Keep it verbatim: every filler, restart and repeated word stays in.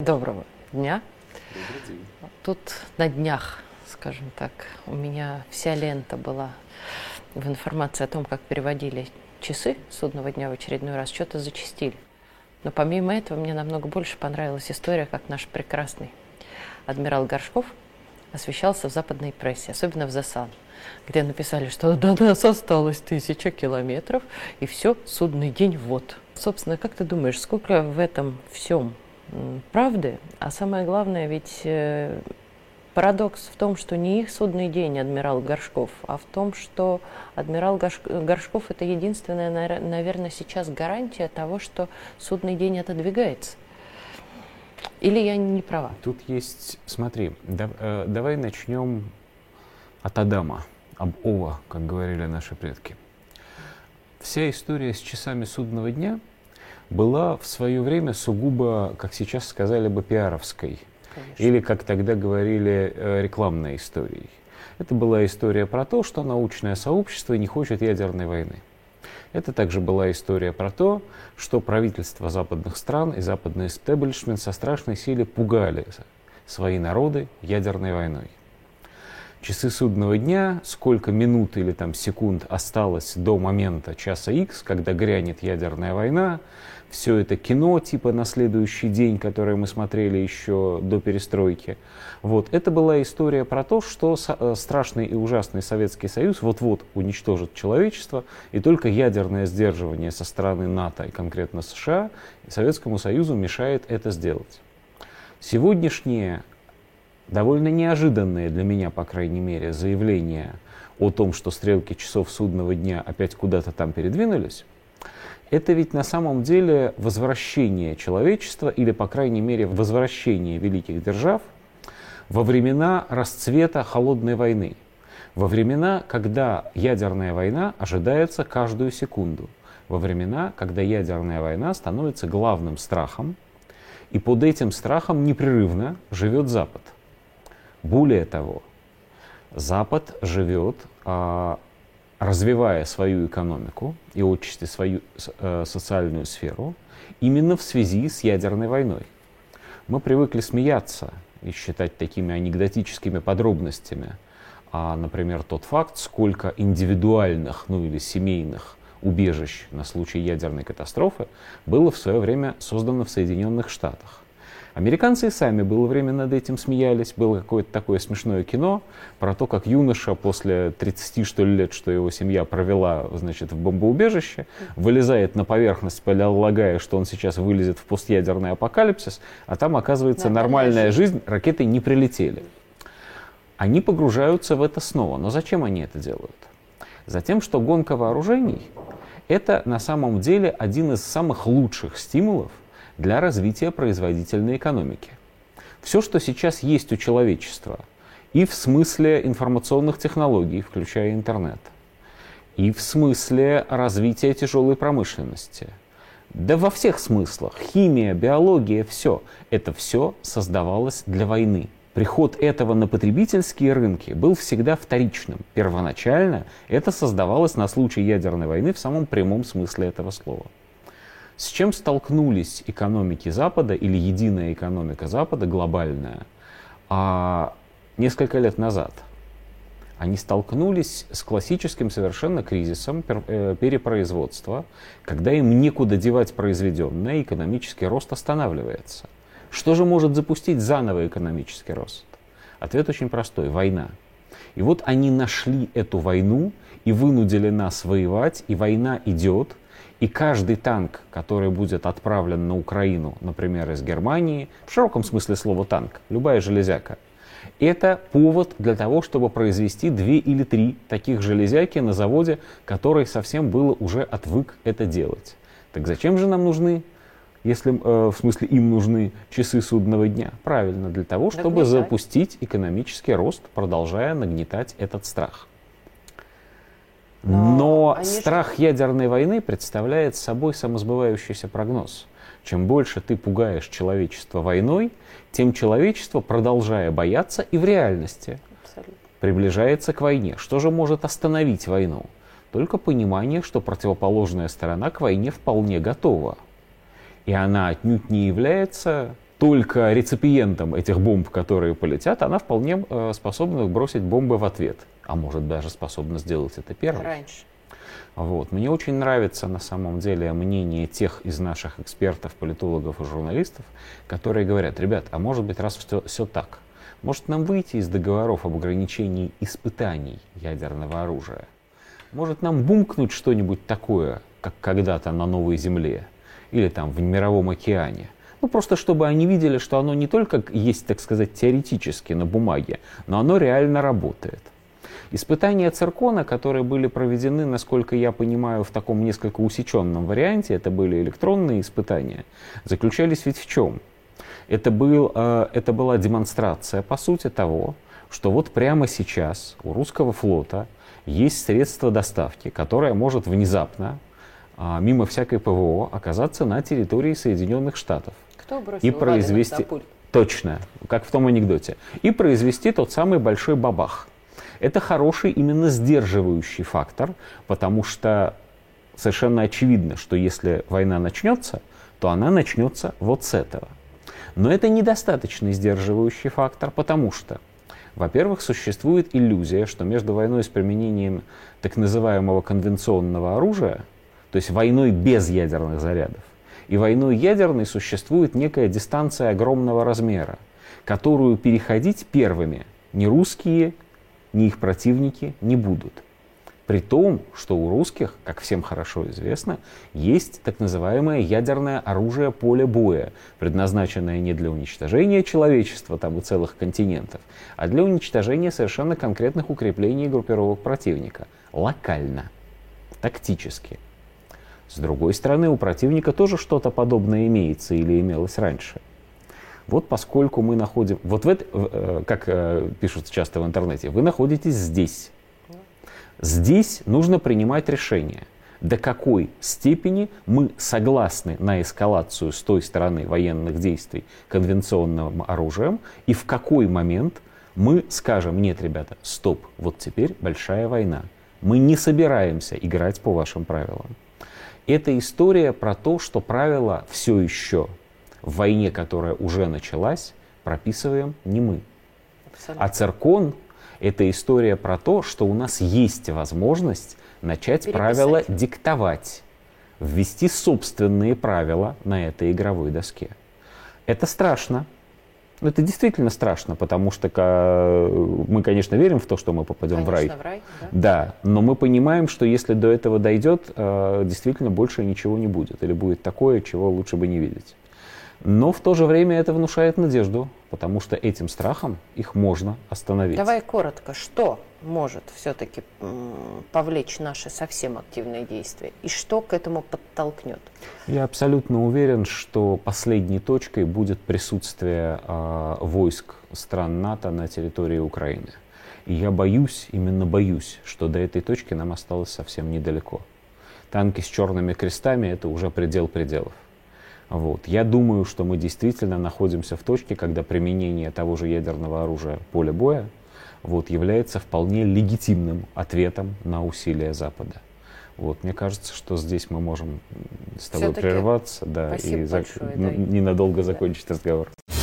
Доброго дня. Добрый день. Тут на днях, скажем так, у меня вся лента была в информации о том, как переводили часы судного дня в очередной раз, что-то зачастили. Но помимо этого мне намного больше понравилась история, как наш прекрасный адмирал Горшков освещался в западной прессе, особенно в The Sun, где написали, что до нас осталось тысяча километров, и все, судный день вот. Собственно, как ты думаешь, сколько в этом всем правды? А самое главное, ведь э, парадокс в том, что не их судный день адмирал Горшков, а в том, что адмирал Горш... Горшков – это единственная, наверное, сейчас гарантия того, что судный день отодвигается. Или я не права? Тут есть, смотри, да, э, давай начнем от Адама, об Ова, как говорили наши предки. Вся история с часами судного дня была в свое время сугубо, как сейчас сказали бы, пиаровской. Конечно. Или, как тогда говорили, рекламной историей. Это была история про то, что научное сообщество не хочет ядерной войны. Это также была история про то, что правительства западных стран и западный истеблишмент со страшной силой пугали свои народы ядерной войной. Часы судного дня, сколько минут или там секунд осталось до момента часа Х, когда грянет ядерная война, все это кино типа «На следующий день», которое мы смотрели еще до перестройки. Вот. Это была история про то, что страшный и ужасный Советский Союз вот-вот уничтожит человечество, и только ядерное сдерживание со стороны НАТО и конкретно США Советскому Союзу мешает это сделать. Сегодняшние довольно неожиданное для меня, по крайней мере, заявление о том, что стрелки часов судного дня опять куда-то там передвинулись, это ведь на самом деле возвращение человечества, или, по крайней мере, возвращение великих держав во времена расцвета холодной войны, во времена, когда ядерная война ожидается каждую секунду, во времена, когда ядерная война становится главным страхом, и под этим страхом непрерывно живет Запад. Более того, Запад живет, а, развивая свою экономику и отчасти свою а, социальную сферу, именно в связи с ядерной войной. Мы привыкли смеяться и считать такими анекдотическими подробностями, а, например, тот факт, сколько индивидуальных, ну или семейных убежищ на случай ядерной катастрофы было в свое время создано в Соединенных Штатах. Американцы и сами было время над этим смеялись. Было какое-то такое смешное кино про то, как юноша после тридцати что ли лет, что его семья провела, значит, в бомбоубежище, вылезает на поверхность, полагая, что он сейчас вылезет в постъядерный апокалипсис, а там оказывается нормальная жизнь, ракеты не прилетели. Они погружаются в это снова. Но зачем они это делают? Затем, что гонка вооружений – это на самом деле один из самых лучших стимулов для развития производительной экономики. Все, что сейчас есть у человечества, и в смысле информационных технологий, включая интернет, и в смысле развития тяжелой промышленности, да во всех смыслах, химия, биология, все, это все создавалось для войны. Приход этого на потребительские рынки был всегда вторичным. Первоначально это создавалось на случай ядерной войны в самом прямом смысле этого слова. С чем столкнулись экономики Запада или единая экономика Запада, глобальная, а, несколько лет назад? Они столкнулись с классическим совершенно кризисом перепроизводства, когда им некуда девать произведенное, экономический рост останавливается. Что же может запустить заново экономический рост? Ответ очень простой – война. И вот они нашли эту войну и вынудили нас воевать, и война идет. И каждый танк, который будет отправлен на Украину, например, из Германии, в широком смысле слова танк, любая железяка, это повод для того, чтобы произвести две или три таких железяки на заводе, который совсем было уже отвык это делать. Так зачем же нам нужны, если э, в смысле им нужны часы судного дня? Правильно, для того, чтобы нагнетать. запустить экономический рост, продолжая нагнетать этот страх. Но они страх же... ядерной войны представляет собой самосбывающийся прогноз. Чем больше ты пугаешь человечество войной, тем человечество, продолжая бояться, и в реальности Абсолютно. приближается к войне. Что же может остановить войну? Только понимание, что противоположная сторона к войне вполне готова. И она отнюдь не является только реципиентом этих бомб, которые полетят, она вполне э, способна бросить бомбы в ответ. А может даже способна сделать это первой. Раньше. Вот. Мне очень нравится на самом деле мнение тех из наших экспертов, политологов и журналистов, которые говорят: ребят, а может быть, раз все, все так, может нам выйти из договоров об ограничении испытаний ядерного оружия? Может нам бумкнуть что-нибудь такое, как когда-то на Новой Земле или там в Мировом океане? Ну, просто чтобы они видели, что оно не только есть, так сказать, теоретически на бумаге, но оно реально работает. Испытания циркона, которые были проведены, насколько я понимаю, в таком несколько усеченном варианте, это были электронные испытания, заключались ведь в чем? Это, был, э, это была демонстрация, по сути, того, что вот прямо сейчас у русского флота есть средство доставки, которое может внезапно, э, мимо всякой ПВО, оказаться на территории Соединенных Штатов. Кто бросил и произвести, точно, как в том анекдоте, и произвести тот самый большой бабах. Это хороший именно сдерживающий фактор, потому что совершенно очевидно, что если война начнется, то она начнется вот с этого. Но это недостаточный сдерживающий фактор, потому что, во-первых, существует иллюзия, что между войной с применением так называемого конвенционного оружия, то есть войной без ядерных зарядов, и войной ядерной существует некая дистанция огромного размера, которую переходить первыми ни русские, ни их противники не будут. При том, что у русских, как всем хорошо известно, есть так называемое ядерное оружие поля боя, предназначенное не для уничтожения человечества там и целых континентов, а для уничтожения совершенно конкретных укреплений и группировок противника. Локально, тактически. С другой стороны, у противника тоже что-то подобное имеется или имелось раньше. Вот поскольку мы находим, вот в это, как пишут часто в интернете, вы находитесь здесь. Здесь нужно принимать решение, до какой степени мы согласны на эскалацию с той стороны военных действий конвенционным оружием, и в какой момент мы скажем: нет, ребята, стоп, вот теперь большая война. Мы не собираемся играть по вашим правилам. Это история про то, что правила все еще в войне, которая уже началась, прописываем не мы. Абсолютно. А циркон — это история про то, что у нас есть возможность начать Переписать. правила диктовать, ввести собственные правила на этой игровой доске. Это страшно. Это действительно страшно, потому что мы, конечно, верим в то, что мы попадем конечно, в рай. в рай, да? Да, но мы понимаем, что если до этого дойдет, действительно больше ничего не будет. Или будет такое, чего лучше бы не видеть. Но в то же время это внушает надежду, потому что этим страхом их можно остановить. Давай коротко, что может все-таки повлечь наши совсем активные действия и что к этому подтолкнет? Я абсолютно уверен, что последней точкой будет присутствие э, войск стран НАТО на территории Украины. И я боюсь, именно боюсь, что до этой точки нам осталось совсем недалеко. Танки с черными крестами — это уже предел пределов. Вот. Я думаю, что мы действительно находимся в точке, когда применение того же ядерного оружия поля боя вот, является вполне легитимным ответом на усилия Запада. Вот. Мне кажется, что здесь мы можем с тобой Все-таки прерваться да, и большое, зак... да. ненадолго закончить да. разговор.